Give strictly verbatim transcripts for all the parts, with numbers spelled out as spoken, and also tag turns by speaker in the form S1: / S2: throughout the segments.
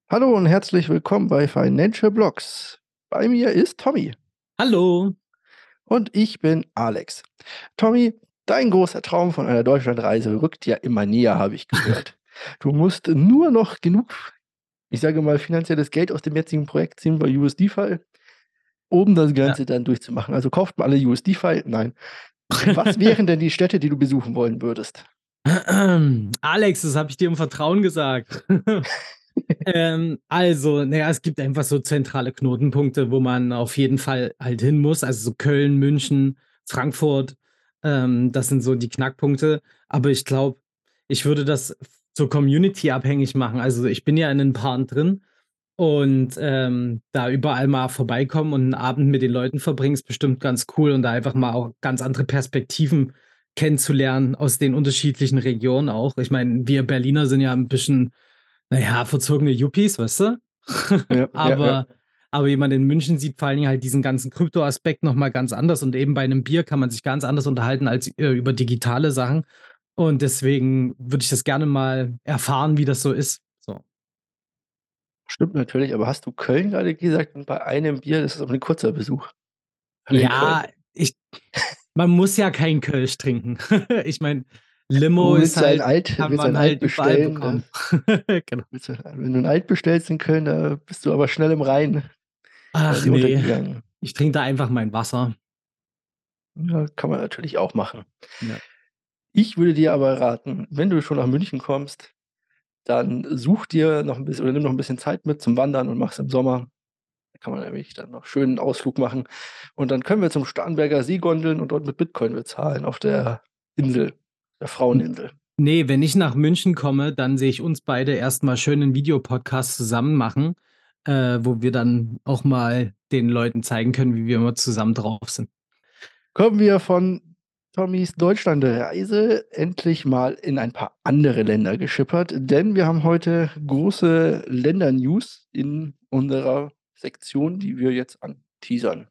S1: Hallo und herzlich willkommen bei Financial Blocks. Bei mir ist Tommy
S2: Hallo.
S1: und ich bin Alex. Tommy, dein großer Traum von einer Deutschlandreise rückt ja immer näher, habe ich gehört. Du musst nur noch genug, ich sage mal, finanzielles Geld aus dem jetzigen Projekt ziehen bei U S D-File, um das
S2: Ja.
S1: Ganze dann durchzumachen. Also kauft mal alle U S D-File? Nein. Was wären denn die Städte, die du besuchen wollen würdest?
S2: Alex, das habe ich dir im Vertrauen gesagt. Ähm, also, na ja, es gibt einfach so zentrale Knotenpunkte, wo man auf jeden Fall halt hin muss. Also so Köln, München, Frankfurt, ähm, das sind so die Knackpunkte. Aber ich glaube, ich würde das so community-abhängig machen. Also ich bin ja in 'nen Paaren drin und, ähm, da überall mal vorbeikommen und 'n Abend mit den Leuten verbringen, ist bestimmt ganz cool und da einfach mal auch ganz andere Perspektiven kennenzulernen aus den unterschiedlichen Regionen auch. Ich meine, wir Berliner sind ja 'n bisschen, na ja, verzogene Yuppies, weißt du?
S1: Ja, ja, ja.
S2: Aber aber jemand in München sieht vor allen Dingen halt diesen ganzen Kryptoaspekt noch mal ganz anders und eben bei 'nem Bier kann man sich ganz anders unterhalten als, äh, über digitale Sachen. Und deswegen würde ich das gerne mal erfahren, wie das so ist, so.
S1: Stimmt natürlich, aber hast du Köln gerade gesagt und bei einem Bier, das ist aber 'n kurzer Besuch in Köln.
S2: Ja, ich man muss ja kein Kölsch trinken. Ich meine, Limo
S1: Du
S2: ist
S1: willst ja ein
S2: halt
S1: Alt
S2: kann
S1: willst ein
S2: man
S1: Alt
S2: halt überall
S1: bestellen, da
S2: bekommen. Genau.
S1: willst du wenn du 'n Alt bestellst in Köln, da bist du aber schnell im Rhein
S2: Ach
S1: quasi
S2: ne,
S1: untergegangen.
S2: ich trinke da einfach mein Wasser.
S1: Ja, kann man natürlich auch machen.
S2: Ja.
S1: Ich würde dir aber raten, wenn du schon nach München kommst, dann such dir noch 'n bisschen oder nimm noch 'n bisschen Zeit mit zum Wandern und mach's im Sommer. Da kann man nämlich dann noch schön 'n Ausflug machen. Und dann können wir zum Starnberger See gondeln und dort mit Bitcoin bezahlen auf der Insel, der
S2: N
S1: Fraueninsel.
S2: ne, wenn ich nach München komme, dann sehe ich uns beide erst mal schön 'nen Videopodcast zusammen machen, äh, wo wir dann auch mal den Leuten zeigen können, wie wir immer zusammen drauf sind.
S1: Kommen wir von Tommys Deutschlandreise endlich mal in ein paar andere Länder geschippert, denn wir haben heute große Länder-News in unserer Sektion, die wir jetzt anteasern.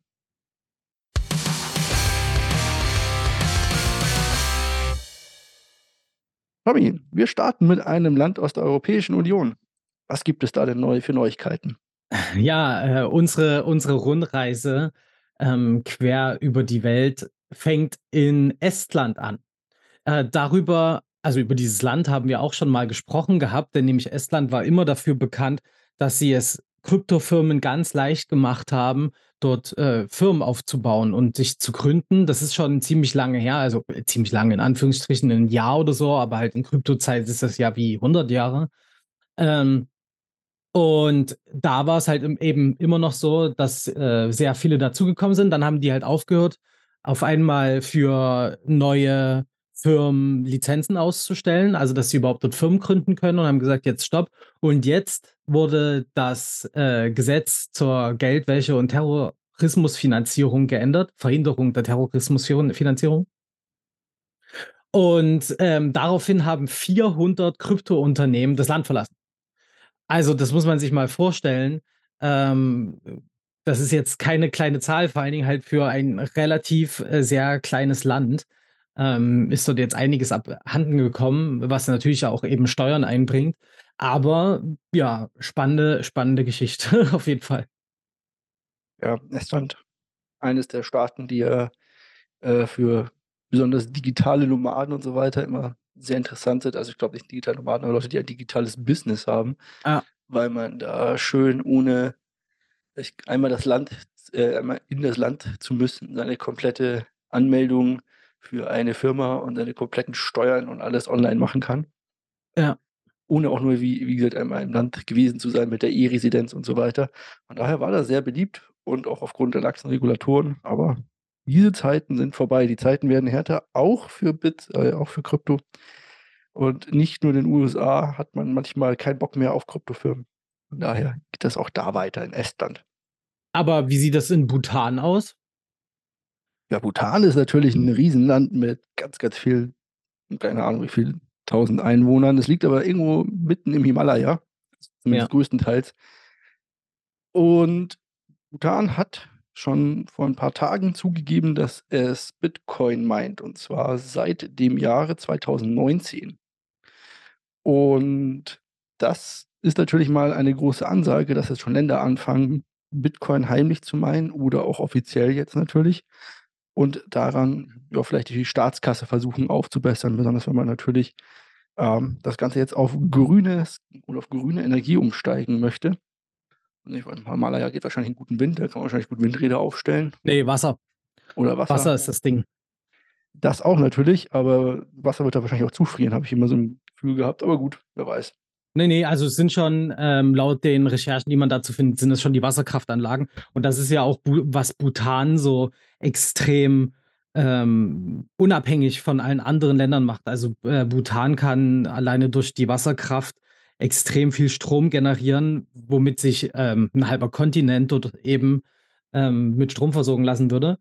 S1: Tommy, wir starten mit einem Land aus der Europäischen Union. Was gibt es da denn neu für Neuigkeiten?
S2: Ja, äh, unsere unsere Rundreise, ähm, quer über die Welt fängt in Estland an. Äh, darüber also über dieses Land haben wir auch schon mal gesprochen gehabt, denn nämlich Estland war immer dafür bekannt, dass sie es Kryptofirmen ganz leicht gemacht haben, dort, äh, Firmen aufzubauen und sich zu gründen. Das ist schon ziemlich lange her, also, äh, ziemlich lange in Anführungsstrichen, 'n Jahr oder so, aber halt in Kryptozeit ist das ja wie hundert Jahre. Ähm, und da war's halt im eben immer noch so, dass, äh, sehr viele dazugekommen sind. Dann haben die halt aufgehört, auf einmal für neue Firmen Lizenzen auszustellen, also dass sie überhaupt dort Firmen gründen können und haben gesagt: „Jetzt Stopp.“ Und jetzt wurde das, äh, Gesetz zur Geldwäsche und Terrorismusfinanzierung geändert, Verhinderung der Terrorismusfirun Finanzierung. Und, ähm, daraufhin haben vierhundert Kryptounternehmen das Land verlassen. Also, das muss man sich mal vorstellen. Ähm, das ist jetzt keine kleine Zahl, vor allen Dingen halt für ein relativ, äh, sehr kleines Land, ähm, ist dort jetzt einiges abhanden gekommen, was natürlich auch eben Steuern einbringt. Aber ja, spannende spannende Geschichte auf jeden Fall.
S1: Ja, Estland, eines der Staaten, die ja, äh, für besonders digitale Nomaden und so weiter immer sehr interessant sind. Also, ich glaube nicht digitale Nomaden, aber Leute, die ein digitales Business haben,
S2: Ah.
S1: weil man da schön ohne sich einmal das Land äh, einmal in das Land zu müssen, seine komplette Anmeldung für eine Firma und seine kompletten Steuern und alles online machen kann.
S2: Ja.
S1: Ohne auch nur, wie wie gesagt, einmal im Land gewesen zu sein mit der E-Residenz und so weiter. Von daher war das sehr beliebt und auch aufgrund der laxen Regulatoren, aber diese Zeiten sind vorbei. Die Zeiten werden härter, auch für Bit äh, auch für Krypto. Und nicht nur in den USA hat man manchmal keinen Bock mehr auf Kryptofirmen. Von daher geht das auch da weiter in Estland.
S2: Aber wie sieht das in Bhutan aus?
S1: Ja, Bhutan ist natürlich 'n Riesenland mit ganz, ganz viel keine Ahnung, wie viel tausend Einwohnern. Es liegt aber irgendwo mitten im Himalaya, zumindest
S2: Ja.
S1: größtenteils. Und Bhutan hat schon vor 'n paar Tagen zugegeben, dass es Bitcoin meint, und zwar seit dem Jahre zweitausendneunzehn. Und das ist natürlich mal eine große Ansage, dass jetzt schon Länder anfangen, Bitcoin heimlich zu meinen oder auch offiziell jetzt natürlich und daran ja vielleicht die Staatskasse versuchen aufzubessern, besonders wenn man natürlich ähm, das Ganze jetzt auf grünes oder auf grüne Energie umsteigen möchte. Und ich meine, Himalaya geht wahrscheinlich in guten Wind, da kann man wahrscheinlich gut Windräder aufstellen
S2: Ne, Wasser.
S1: oder Wasser.
S2: Wasser ist das Ding.
S1: Das auch natürlich, aber Wasser wird da wahrscheinlich auch zufrieren, habe ich immer so ein Gefühl gehabt. Aber gut, wer weiß.
S2: Ne, ne, also es sind schon, ähm, laut den Recherchen, die man dazu findet, sind es schon die Wasserkraftanlagen. Und das ist ja auch Bu was Bhutan so extrem, ähm, unabhängig von allen anderen Ländern macht. Also, äh, Bhutan kann alleine durch die Wasserkraft extrem viel Strom generieren, womit sich, ähm, 'n halber Kontinent dort eben, ähm, mit Strom versorgen lassen würde.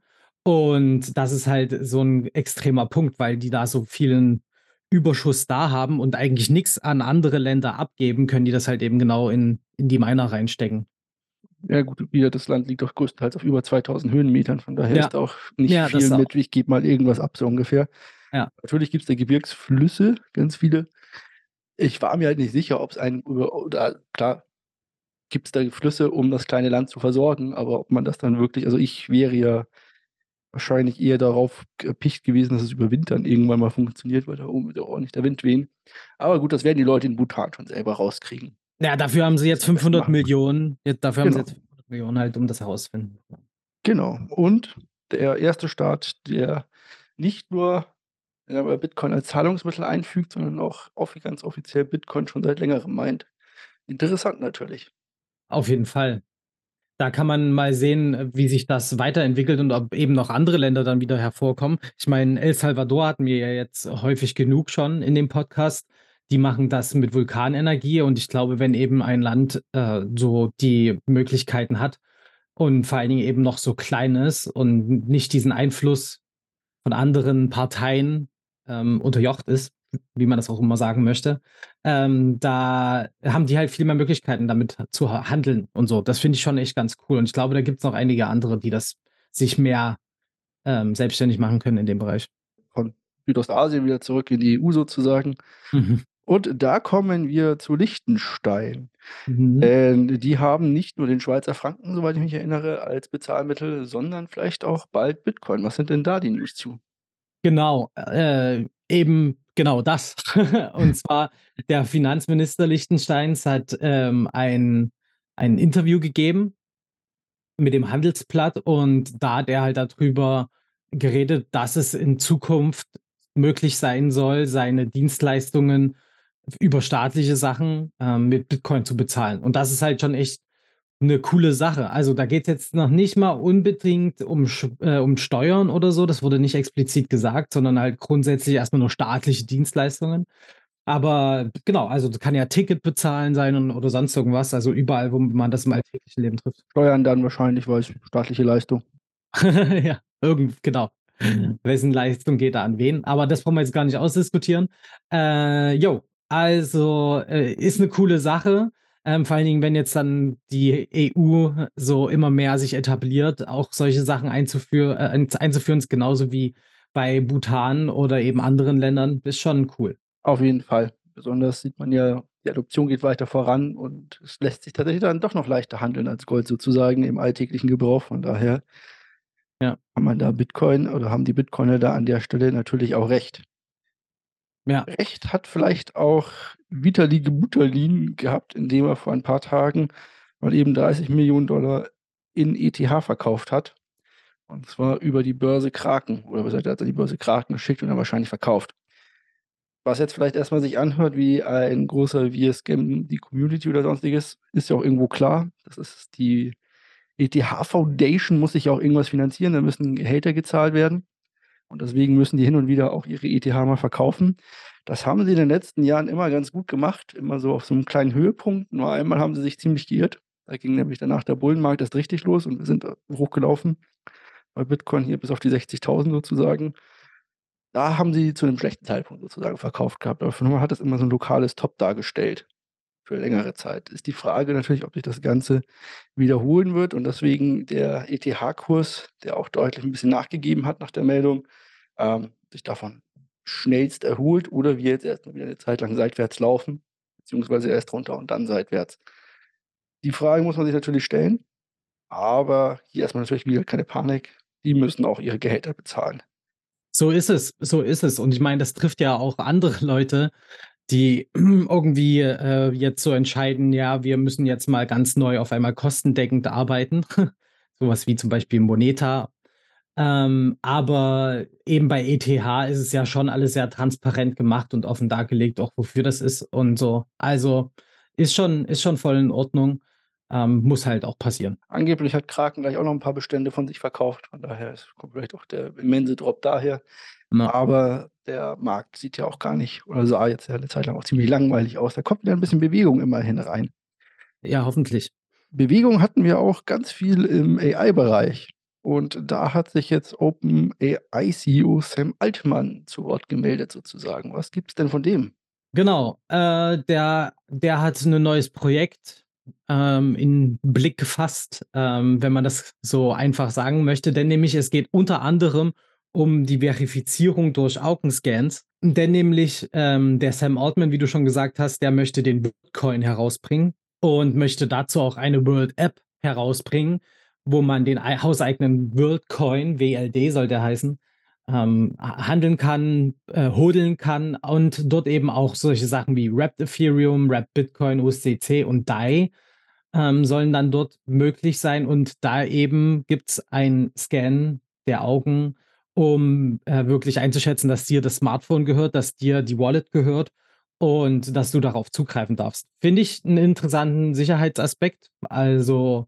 S2: Und das ist halt so ein extremer Punkt, weil die da so vielen Überschuss da haben und eigentlich nichts an andere Länder abgeben, können die das halt eben genau in in die Miner reinstecken.
S1: Ja gut, wieder das Land liegt doch größtenteils auf über zweitausend Höhenmetern, von daher
S2: Ja,
S1: ist da auch nicht
S2: ja,
S1: viel
S2: das auch.
S1: mit, ich gebe mal irgendwas ab, so ungefähr.
S2: Ja,
S1: Natürlich gibt es da Gebirgsflüsse, ganz viele. Ich war mir halt nicht sicher, ob es einen über oder klar gibt es da Flüsse, um das kleine Land zu versorgen, aber ob man das dann wirklich also ich wäre ja wahrscheinlich eher darauf erpicht gewesen, dass es über Wintern irgendwann mal funktioniert, weil da oben wird ja auch nicht der Wind wehen. Aber gut, das werden die Leute in Bhutan schon selber rauskriegen,
S2: ja, dafür haben
S1: wie
S2: sie
S1: sie das
S2: jetzt
S1: am besten
S2: fünfhundert
S1: machen.
S2: Millionen. Jetzt dafür haben sie
S1: Genau,
S2: jetzt fünfhundert Millionen halt, um das herausfinden.
S1: genau. Und der erste Staat, der nicht nur äh, Bitcoin als Zahlungsmittel einfügt, sondern auch offi ganz offiziell Bitcoin schon seit Längerem meint. Interessant natürlich.
S2: Auf jeden Fall. Da kann man mal sehen, äh, wie sich das weiterentwickelt und ob eben noch andere Länder dann wieder hervorkommen. Ich meine, El Salvador hatten wir ja jetzt häufig genug schon in dem Podcast. Die machen das mit Vulkanenergie und ich glaube, wenn eben ein Land, äh, so die Möglichkeiten hat und vor allen Dingen eben noch so klein ist und nicht diesen Einfluss von anderen Parteien, ähm, unterjocht ist, wie man das auch immer sagen möchte, ähm, da haben die halt viel mehr Möglichkeiten, damit zu ha handeln und so. Das finde ich schon echt ganz cool. Und ich glaube, da gibt's noch einige andere, die das sich mehr, ähm, selbstständig machen können in dem Bereich.
S1: Von Südostasien wieder zurück in die E U sozusagen.
S2: Mhm.
S1: Und da kommen wir zu Liechtenstein.
S2: Mhm.
S1: Denn die haben nicht nur den Schweizer Franken, soweit ich mich erinnere, als Bezahlmittel, sondern vielleicht auch bald Bitcoin. Was sind denn da die News zu?
S2: Genau, äh, eben genau das. Und zwar der Finanzminister Liechtensteins hat, ähm, ein ein Interview gegeben mit dem Handelsblatt und da hat er halt darüber geredet, dass es in Zukunft möglich sein soll, seine Dienstleistungen über staatliche Sachen, ähm, mit Bitcoin zu bezahlen. Und das ist halt schon echt eine coole Sache. Also, da geht's jetzt noch nicht mal unbedingt um Sch äh, um Steuern oder so, das wurde nicht explizit gesagt, sondern halt grundsätzlich erst mal nur staatliche Dienstleistungen. Aber genau, also, das kann ja Ticket bezahlen sein und oder sonst irgendwas, also überall, wo man das im alltäglichen Leben trifft.
S1: Steuern dann wahrscheinlich, weil es staatliche Leistung.
S2: Ja, irgend genau. Wessen Leistung geht da an wen? Aber das brauchen wir jetzt gar nicht ausdiskutieren. Äh, jo, also, äh, ist eine coole Sache, ähm, vor allen Dingen, wenn jetzt dann die E U so immer mehr sich etabliert, auch solche Sachen einzuführ äh, einz einzuführen, ist genauso wie bei Bhutan oder eben anderen Ländern, ist schon cool.
S1: Auf jeden Fall. Besonders sieht man ja, die Adoption geht weiter voran und es lässt sich tatsächlich dann doch noch leichter handeln als Gold sozusagen im alltäglichen Gebrauch. Von daher
S2: Ja,
S1: kann man da Bitcoin oder haben die Bitcoiner da an der Stelle natürlich auch recht.
S2: ja.
S1: Recht hat vielleicht auch Vitali Buterin gehabt, indem er vor ein paar Tagen mal eben dreißig Millionen Dollar in E T H verkauft hat. Und zwar über die Börse Kraken. Oder besser gesagt, er hat an die Börse Kraken geschickt und dann wahrscheinlich verkauft. Was jetzt vielleicht erstmal sich anhört wie ein großer wir scammen die Community oder Sonstiges, ist ja auch irgendwo klar. Das ist die E T H Foundation muss sich ja auch irgendwas finanzieren, da müssen Gehälter gezahlt werden. Und deswegen müssen die hin und wieder auch ihre E T H mal verkaufen. Das haben sie in den letzten Jahren immer ganz gut gemacht, immer so auf so einem kleinen Höhepunkt. Nur einmal haben sie sich ziemlich geirrt. Da ging nämlich danach der Bullenmarkt erst richtig los und wir sind äh, hochgelaufen bei Bitcoin hier bis auf die sechzigtausend sozusagen. Da haben sie zu einem schlechten Zeitpunkt sozusagen verkauft gehabt. Aber für normal hat das immer so ein lokales Top dargestellt für längere Zeit. Ist die Frage natürlich, ob sich das Ganze wiederholen wird und deswegen der E T H-Kurs, der auch deutlich ein bisschen nachgegeben hat nach der Meldung, ähm, sich davon schnellst erholt oder wir jetzt erstmal wieder eine Zeit lang seitwärts laufen. beziehungsweise erst runter und dann seitwärts. Die Frage muss man sich natürlich stellen, aber hier erstmal natürlich wieder keine Panik. Die müssen auch ihre Gehälter bezahlen.
S2: So ist es, so ist es. Und ich meine, das trifft ja auch andere Leute, die irgendwie äh, jetzt so entscheiden, ja, wir müssen jetzt mal ganz neu auf einmal kostendeckend arbeiten. Sowas wie zum Beispiel Moneta. Ähm, aber eben bei E T H ist es ja schon alles sehr transparent gemacht und offen dargelegt, auch wofür das ist und so. Also ist schon, ist schon voll in Ordnung. Ähm, muss halt auch passieren.
S1: Angeblich hat Kraken gleich auch noch ein paar Bestände von sich verkauft. Von daher ist, kommt vielleicht auch der immense Drop daher.
S2: Ja,
S1: Aber der Markt sieht ja auch gar nicht oder sah jetzt ja eine Zeit lang auch ziemlich langweilig aus. Da kommt wieder ein bisschen Bewegung immerhin rein.
S2: ja, hoffentlich.
S1: Bewegung hatten wir auch ganz viel im A I-Bereich. Und da hat sich jetzt OpenAI-C E O Sam Altman zu Wort gemeldet, sozusagen. Was gibt's denn von dem?
S2: Genau, äh, der der hat 'nen neues Projekt, ähm, in Blick gefasst, ähm, wenn man das so einfach sagen möchte. Denn nämlich es geht unter anderem um die Verifizierung durch Augenscans. Denn nämlich, ähm, der Sam Altman, wie du schon gesagt hast, der möchte den Bitcoin herausbringen und möchte dazu auch eine World App herausbringen, wo man den ei hauseigenen Worldcoin, W L D soll der heißen, ähm, ha handeln kann, äh, hoddeln kann und dort eben auch solche Sachen wie Wrapped Ethereum, Wrapped Bitcoin, U S D C und D A I ähm, sollen dann dort möglich sein. Und da eben gibt's ein Scan der Augen, um äh, wirklich einzuschätzen, dass dir das Smartphone gehört, dass dir die Wallet gehört und dass du darauf zugreifen darfst. Finde ich 'n interessanten Sicherheitsaspekt. Also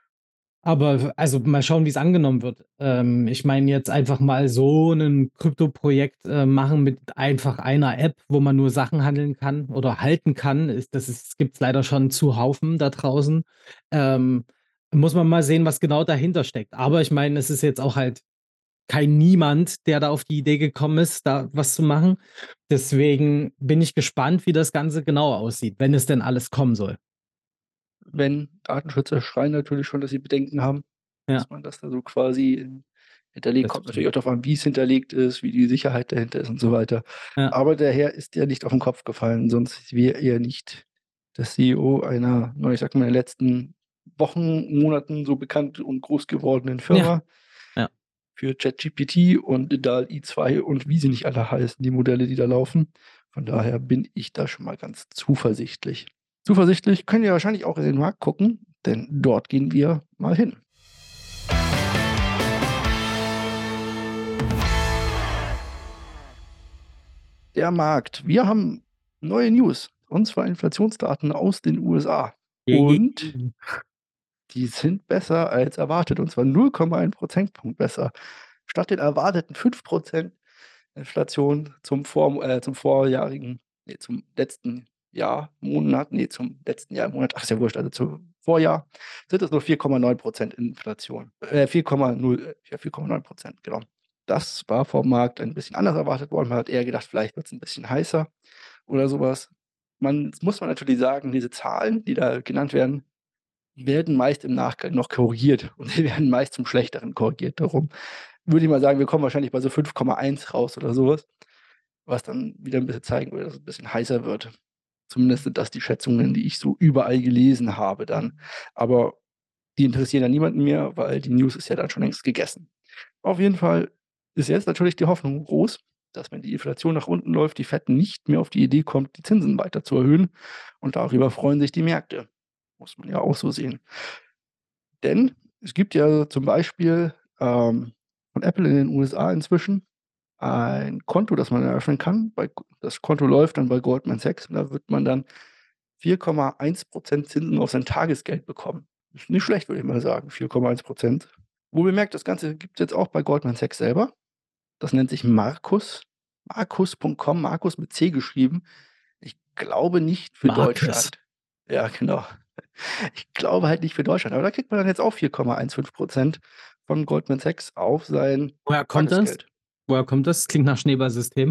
S2: aber w also mal schauen, wie es angenommen wird. Ähm, ich meine jetzt einfach mal so ein Kryptoprojekt, äh, machen mit einfach einer App, wo man nur Sachen handeln kann oder halten kann, ist das ist gibt's leider schon zuhaufen da draußen. Ähm, muss man mal sehen, was genau dahinter steckt. Aber ich meine, es ist jetzt auch halt kein Niemand, der da auf die Idee gekommen ist, da was zu machen. Deswegen bin ich gespannt, wie das Ganze genau aussieht, wenn es denn alles kommen soll.
S1: Wenn Datenschützer schreien natürlich schon, dass sie Bedenken haben,
S2: Ja,
S1: dass man das da so quasi in hinterlegt.
S2: das
S1: Kommt
S2: stimmt.
S1: natürlich auch darauf an, wie es hinterlegt ist, wie die Sicherheit dahinter ist und so weiter.
S2: Ja,
S1: Aber der Herr ist ja nicht auf den Kopf gefallen, sonst wäre er nicht der C E O einer, na, ich sage mal, in den letzten Wochen, Monaten so bekannt und groß gewordenen
S2: ja,
S1: Firma
S2: ja.
S1: für ChatGPT und D A L l-E zwei und wie sie nicht alle heißen, die Modelle, die da laufen. Von daher bin ich da schon mal ganz zuversichtlich. Zuversichtlich können wir wahrscheinlich auch in den Markt gucken, denn dort gehen wir mal hin. Der Markt. Wir haben neue News, und zwar Inflationsdaten aus den U S A. Und die sind besser als erwartet, und zwar null Komma eins Prozentpunkt besser. Statt den erwarteten fünf Prozent Inflation zum vor äh, zum vorjährigen ne, zum letzten Jahr, Monat ne, zum letzten Jahr, Monat, ach, ist ja wurscht, also zum Vorjahr sind es nur vier Komma neun Prozent Inflation. Äh, vier Komma null, ja, vier Komma neun Prozent, genau. Das war vom Markt ein bisschen anders erwartet worden. Man hat eher gedacht, vielleicht wird's 'n bisschen heißer oder so was. Man Jetzt muss man natürlich sagen, diese Zahlen, die da genannt werden, werden meist im Nachgang noch korrigiert und die werden meist zum Schlechteren korrigiert. Darum würde ich mal sagen, wir kommen wahrscheinlich bei so fünf Komma eins raus oder so was, was dann wieder 'n bisschen zeigen würde, dass es 'n bisschen heißer wird. Zumindest sind das die Schätzungen, die ich so überall gelesen habe dann. Aber die interessieren ja niemanden mehr, weil die News ist ja dann schon längst gegessen. Auf jeden Fall ist jetzt natürlich die Hoffnung groß, dass, wenn die Inflation nach unten läuft, die Fed nicht mehr auf die Idee kommt, die Zinsen weiter zu erhöhen, und darüber freuen sich die Märkte. Muss man ja auch so sehen. Denn es gibt ja zum Beispiel, ähm, von Apple in den U S A inzwischen ein Konto, das man eröffnen kann. Bei G das Konto läuft dann bei Goldman Sachs und da wird man dann vier Komma eins Prozent Zinsen auf sein Tagesgeld bekommen. Ist nicht schlecht, würde ich mal sagen, vier Komma eins Prozent. Wohlbemerkt, das Ganze gibt's jetzt auch bei Goldman Sachs selber. Das nennt sich Marcus. Marcus Punkt com, Marcus mit C geschrieben. Ich glaube nicht für
S2: Marcus.
S1: Deutschland. Ja, genau. Ich glaube halt nicht für Deutschland, aber da kriegt man dann jetzt auch vier Komma fünfzehn Prozent von Goldman Sachs auf sein
S2: Woher kommt das?
S1: Tagesgeld.
S2: Woher kommt das? Klingt nach Schneeballsystem.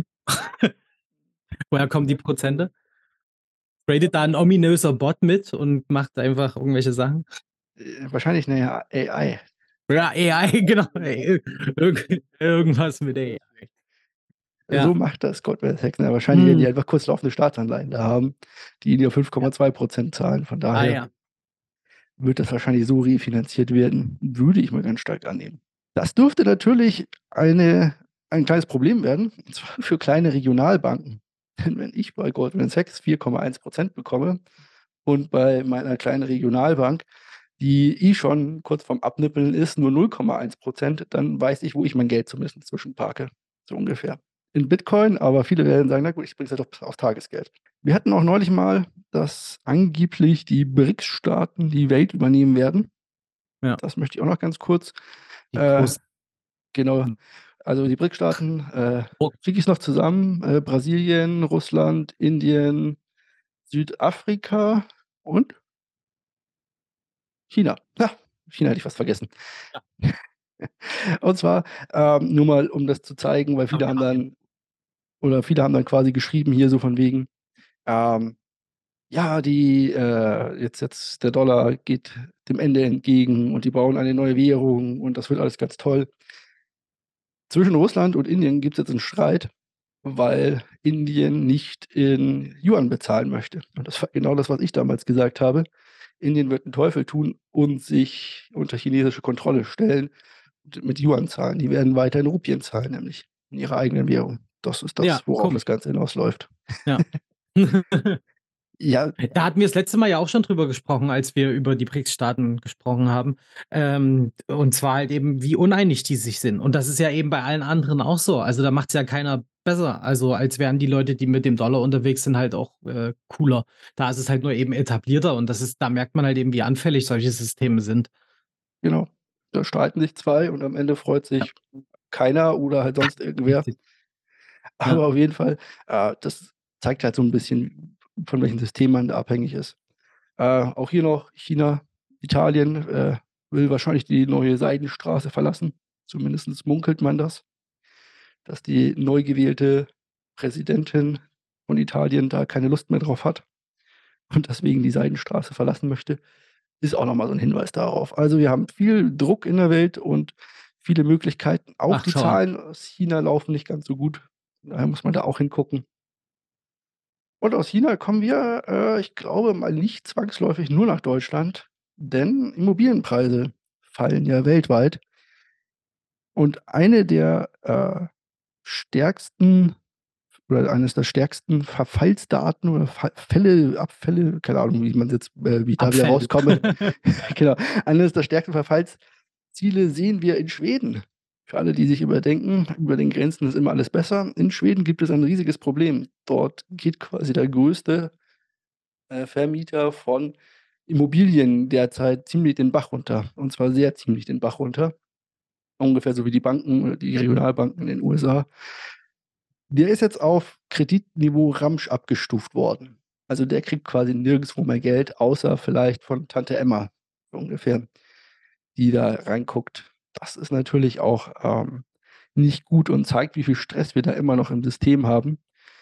S2: Woher kommen die Prozente? Tradet da 'n ominöser Bot mit und macht einfach irgendwelche Sachen?
S1: Äh, wahrscheinlich 'ne A AI.
S2: Ja, A I, genau, ey, irg irgendwas mit A I.
S1: So
S2: Ja.
S1: macht das Goldman Sachs. Na, wahrscheinlich werden die
S2: Mhm.
S1: einfach kurzlaufende Staatsanleihen da haben, die nur fünf
S2: Ja.
S1: Komma zwei Prozent zahlen. Von
S2: Ah
S1: daher
S2: ja.
S1: wird das wahrscheinlich so refinanziert werden, würde ich mal ganz stark annehmen. Das dürfte natürlich eine ein kleines Problem werden, und zwar für kleine Regionalbanken. Denn wenn ich bei Goldman Sachs vier Komma eins Prozent bekomme und bei meiner kleinen Regionalbank, die eh schon kurz vorm Abnippeln ist, nur null Komma eins Prozent, dann weiß ich, wo ich mein Geld zumindest zwischenparke, so ungefähr. In Bitcoin, aber viele werden sagen: „Na gut, ich bringe es halt auf aufs Tagesgeld.“ Wir hatten auch neulich mal, dass angeblich die BRICS-Staaten die Welt übernehmen werden.
S2: Ja.
S1: Das möchte ich auch noch ganz kurz
S2: Die
S1: äh,
S2: groß
S1: genau.
S2: hm.
S1: Also, die BRICS-Staaten, äh,
S2: Oh.
S1: kriege ich's noch zusammen? Äh, Brasilien, Russland, Indien, Südafrika und? China. Ja, China hätte ich fast vergessen.
S2: Ja.
S1: Und zwar, ähm, nur mal, um das zu zeigen, weil viele haben
S2: Saudi-Arabien.
S1: dann oder viele haben dann quasi geschrieben hier so von wegen, ähm, ja, die, äh jetzt jetzt der Dollar geht dem Ende entgegen und die bauen eine neue Währung und das wird alles ganz toll. Zwischen Russland und Indien gibt's jetzt 'n Streit, weil Indien nicht in Yuan bezahlen möchte. Und das war genau das, was ich damals gesagt habe. Indien wird 'n Teufel tun und sich unter chinesische Kontrolle stellen und mit Yuan zahlen. Die werden weiter in Rupien zahlen, nämlich in ihrer eigenen Währung. Das ist
S2: Ja,
S1: das, worauf das
S2: komisch.
S1: Ganze hinausläuft.
S2: Ja.
S1: Ja.
S2: Da hatten wir das letzte Mal ja auch schon drüber gesprochen, als wir über die BRICS-Staaten gesprochen haben. Ähm, und zwar halt eben, wie uneinig die sich sind. Und das ist ja eben bei allen anderen auch so. Also, da macht's ja keiner besser. Also, als wären die Leute, die mit dem Dollar unterwegs sind, halt auch, äh, cooler. Da ist es halt nur eben etablierter und das ist da merkt man halt eben, wie anfällig solche Systeme sind.
S1: Genau. Da streiten sich zwei und am Ende freut
S2: Ja.
S1: sich keiner oder halt sonst irgendwer.
S2: Ja.
S1: Aber auf jeden Fall, äh, das zeigt halt so 'n bisschen, von welchem System man da abhängig ist. Äh, auch hier noch China, Italien, äh, will wahrscheinlich die neue Seidenstraße verlassen. Zumindest munkelt man das. Dass die neu gewählte Präsidentin von Italien da keine Lust mehr drauf hat und deswegen die Seidenstraße verlassen möchte, ist auch noch mal so 'n Hinweis darauf. Also, wir haben viel Druck in der Welt und viele Möglichkeiten. Auch
S2: Ach,
S1: die
S2: schau an.
S1: Zahlen aus China laufen nicht ganz so gut. Daher muss man da auch hingucken. Und aus China kommen wir, äh, ich glaube mal nicht zwangsläufig nur nach Deutschland, denn Immobilienpreise fallen ja weltweit. Und eine der, äh, stärksten oder eines der stärksten Verfallsdaten oder Fa Fälle Abfälle, keine Ahnung, wie man jetzt äh, wie ich da wieder
S2: Abfälle.
S1: rauskomme. Genau. Eines der stärksten Verfallsziele sehen wir in Schweden. Für alle, die sich immer denken, über den Grenzen ist immer alles besser. In Schweden gibt es ein riesiges Problem. Dort geht quasi der größte, äh, Vermieter von Immobilien derzeit ziemlich den Bach runter, und zwar sehr ziemlich den Bach runter. Ungefähr so wie die Banken oder die Regionalbanken in den USA. Der ist jetzt auf Kreditniveau Ramsch abgestuft worden. Also, der kriegt quasi nirgendswo mehr Geld, außer vielleicht von Tante Emma, so ungefähr, die da reinguckt. Das ist natürlich auch, ähm, nicht gut und zeigt, wie viel Stress wir da immer noch im System haben.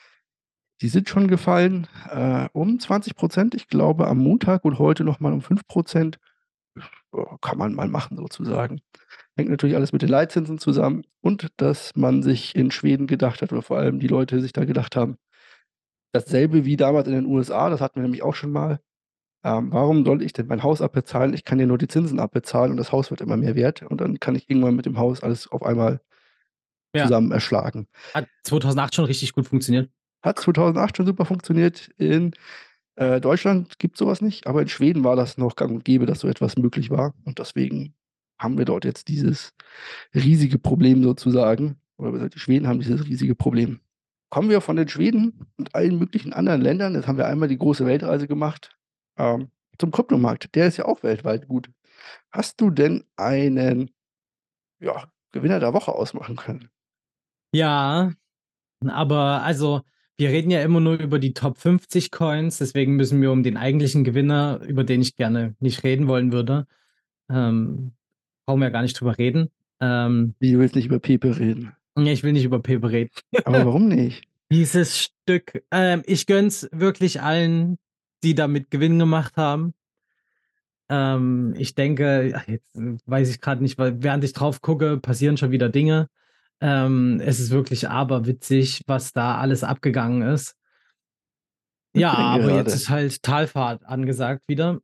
S1: Die sind schon gefallen, äh, um zwanzig Prozent, ich glaube am Montag und heute noch mal um fünf Prozent. Ja, kann man mal machen sozusagen. Hängt natürlich alles mit den Leitzinsen zusammen und dass man sich in Schweden gedacht hat oder vor allem die Leute sich da gedacht haben dasselbe wie damals in den USA, das hatten wir nämlich auch schon mal. Ähm, warum soll ich denn mein Haus abbezahlen? Ich kann ja nur die Zinsen abbezahlen und das Haus wird immer mehr wert und dann kann ich irgendwann mit dem Haus alles auf einmal
S2: Ja.
S1: zusammen erschlagen.
S2: Hat zweitausendacht schon richtig gut funktioniert.
S1: Hat zweitausendacht schon super funktioniert. In, äh, Deutschland gibt's so was nicht, aber in Schweden war das noch gang und gäbe, dass so etwas möglich war und deswegen haben wir dort jetzt dieses riesige Problem sozusagen. Oder besser gesagt, die Schweden haben dieses riesige Problem. Kommen wir von den Schweden und allen möglichen anderen Ländern, jetzt haben wir einmal die große Weltreise gemacht, ähm, zum Kryptomarkt. Der ist ja auch weltweit gut. Hast du denn einen, ja, Gewinner der Woche ausmachen können?
S2: Ja, aber also, wir reden ja immer nur über die Top fünfzig Coins, deswegen müssen wir um den eigentlichen Gewinner, über den ich gerne nicht reden wollen würde ähm, brauchen wir ja gar nicht drüber reden. Ähm
S1: Wie, du willst nicht über Pepe reden?
S2: Ne, ich will nicht über Pepe reden.
S1: Aber warum nicht?
S2: Dieses Stück, ähm, ich gönne es wirklich allen, die damit Gewinn gemacht haben. Ähm, ich denke, ach, jetzt weiß ich grad nicht, weil während ich drauf gucke, passieren schon wieder Dinge. Ähm, es ist wirklich aberwitzig, was da alles abgegangen ist.
S1: Was
S2: Ja,
S1: denn
S2: aber jetzt
S1: gerade?
S2: ist halt Talfahrt angesagt wieder.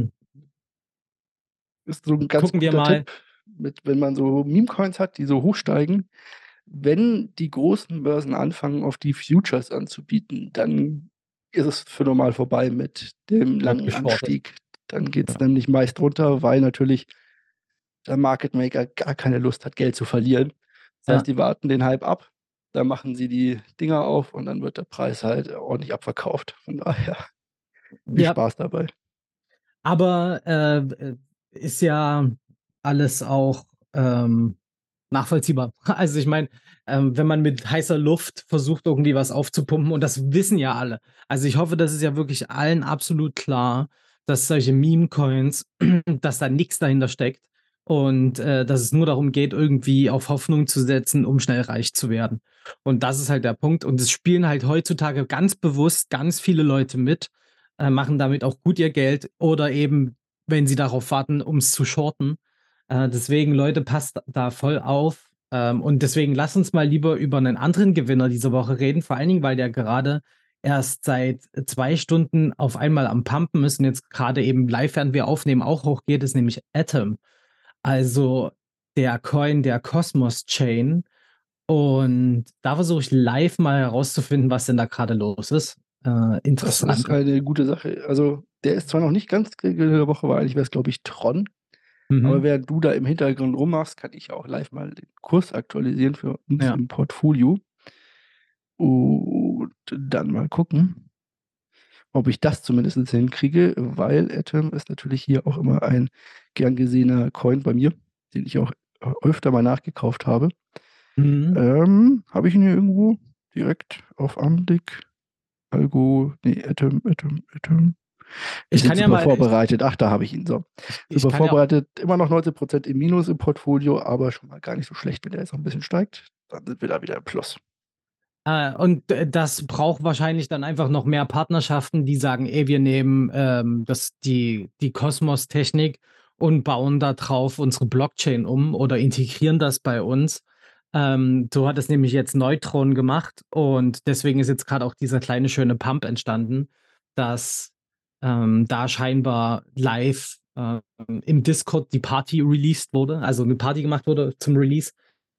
S1: Ist so 'n ganz
S2: Gucken wir
S1: guter
S2: mal.
S1: Tipp mit wenn man so Meme-Coins hat, die so hochsteigen. Wenn die großen Börsen anfangen, auf die Futures anzubieten, dann ist es für normal vorbei mit dem
S2: Wird
S1: langen
S2: geschortet.
S1: Anstieg. Dann geht's
S2: Ja.
S1: nämlich meist runter, weil natürlich der Market Maker gar keine Lust hat, Geld zu verlieren. Das heißt,
S2: Ja.
S1: die warten den Hype ab, dann machen sie die Dinger auf und dann wird der Preis halt ordentlich abverkauft. Von daher viel
S2: Ja.
S1: Spaß dabei.
S2: Aber, äh, äh, ist ja alles auch, ähm, nachvollziehbar. Also, ich meine, ähm, wenn man mit heißer Luft versucht, irgendwie was aufzupumpen und das wissen ja alle. Also, ich hoffe, das ist ja wirklich allen absolut klar, dass solche Meme-Coins dass da nix dahinter steckt und, äh, dass es nur darum geht, irgendwie auf Hoffnung zu setzen, um schnell reich zu werden. Und das ist halt der Punkt. Und es spielen halt heutzutage ganz bewusst ganz viele Leute mit, äh, machen damit auch gut ihr Geld oder eben, wenn sie darauf warten, um's zu shorten. Äh, deswegen, Leute, passt da voll auf. Ähm, und deswegen lass uns mal lieber über 'nen anderen Gewinner diese Woche reden, vor allen Dingen, weil der gerade erst seit zwei Stunden auf einmal am Pumpen ist und jetzt grade eben live, während wir aufnehmen, auch hochgeht, ist nämlich Atom. Also, der Coin der Cosmos Chain. Und da versuche ich live mal herauszufinden, was denn da grade los ist. Äh,
S1: Das ist
S2: interessant.
S1: eine gute Sache. Also, der ist zwar noch nicht ganz der Woche, weil eigentlich wäre es, glaube ich, Tron. Aber
S2: Mhm.
S1: während du da im Hintergrund rummachst, kann ich auch live mal den Kurs aktualisieren für uns
S2: Ja.
S1: im Portfolio. Und dann mal gucken ob ich das zumindest hinkriege, weil Atom ist natürlich hier auch immer ein gern gesehener Coin bei mir, den ich auch ö öfter mal nachgekauft habe.
S2: Mhm.
S1: Ähm, habe ich ihn hier irgendwo direkt auf Anblick? Algo, ne, Atom, Atom, Atom. Wir
S2: Ich
S1: sind
S2: kann ja
S1: super
S2: mal ich
S1: vorbereitet. Ach, da habe ich ihn, so.
S2: ich ich
S1: Super
S2: kann ja
S1: vorbereitet, immer noch neunzehn Prozent im Minus im Portfolio, aber schon mal gar nicht so schlecht, wenn der jetzt noch 'n bisschen steigt, dann sind wir da wieder im Plus.
S2: Äh, und, äh, das braucht wahrscheinlich dann einfach noch mehr Partnerschaften, die sagen: „Ey, wir nehmen, ähm, das die die Cosmos-Technik und bauen da drauf unsere Blockchain um oder integrieren das bei uns.“ Ähm, so hat es nämlich jetzt Neutron gemacht und deswegen ist jetzt grad auch dieser kleine schöne Pump entstanden, dass, ähm, da scheinbar live, ähm, im Discord die Party released wurde also 'ne Party gemacht wurde zum Release.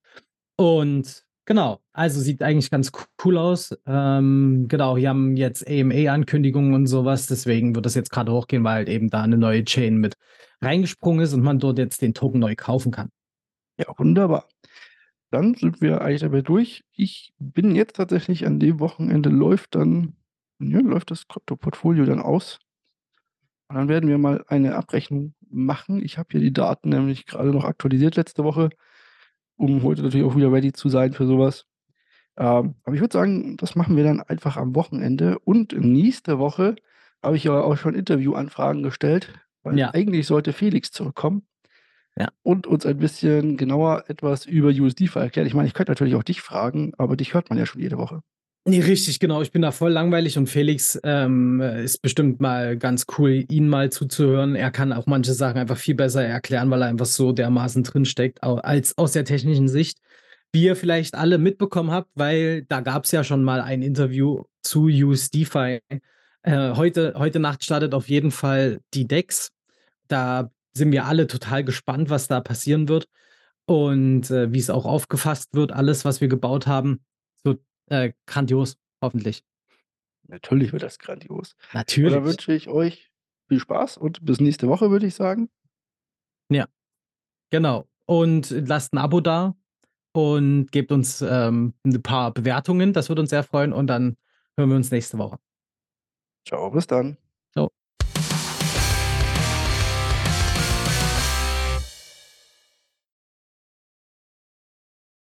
S2: Und genau, also sieht eigentlich ganz cool aus. Ähm, genau, die haben jetzt AMA-Ankündigungen und so was, deswegen wird das jetzt grade hochgehen, weil halt eben da 'ne neue Chain mit reingesprungen ist und man dort jetzt den Token neu kaufen kann.
S1: Ja, wunderbar. Dann sind wir eigentlich damit durch. Ich bin jetzt tatsächlich an dem Wochenende läuft dann ja, läuft das Krypto-Portfolio dann aus. Und dann werden wir mal eine Abrechnung machen. Ich habe hier die Daten nämlich grade noch aktualisiert letzte Woche, um heute natürlich auch wieder ready zu sein für so was. Ähm, aber ich würde sagen, das machen wir dann einfach am Wochenende. Und nächste Woche habe ich ja auch schon Interviewanfragen gestellt, weil
S2: Ja.
S1: eigentlich sollte Felix zurückkommen
S2: Ja.
S1: und uns ein bisschen genauer etwas über USDeFi erklären. Ich meine, ich könnte natürlich auch dich fragen, aber dich hört man ja schon jede Woche.
S2: Ne, richtig, genau. Ich bin da voll langweilig und Felix, ähm, ist bestimmt mal ganz cool, ihn mal zuzuhören. Er kann auch manche Sachen einfach viel besser erklären, weil er einfach so dermaßen drinsteckt, au als aus der technischen Sicht. Wie ihr vielleicht alle mitbekommen habt, weil da gab's ja schon mal ein Interview zu USDeFi. Äh, heute heute Nacht startet auf jeden Fall die DEX. Da sind wir alle total gespannt, was da passieren wird und, äh, wie's auch aufgefasst wird, alles, was wir gebaut haben. Wird, äh, grandios, hoffentlich.
S1: Natürlich wird das grandios. Und dann
S2: Natürlich.
S1: wünsche ich euch viel Spaß und bis nächste Woche, würde ich sagen.
S2: Ja, genau. Und lasst 'n Abo da und gebt uns, ähm, 'ne paar Bewertungen. Das würde uns sehr freuen und dann hören wir uns nächste Woche.
S1: Tschau, bis dann.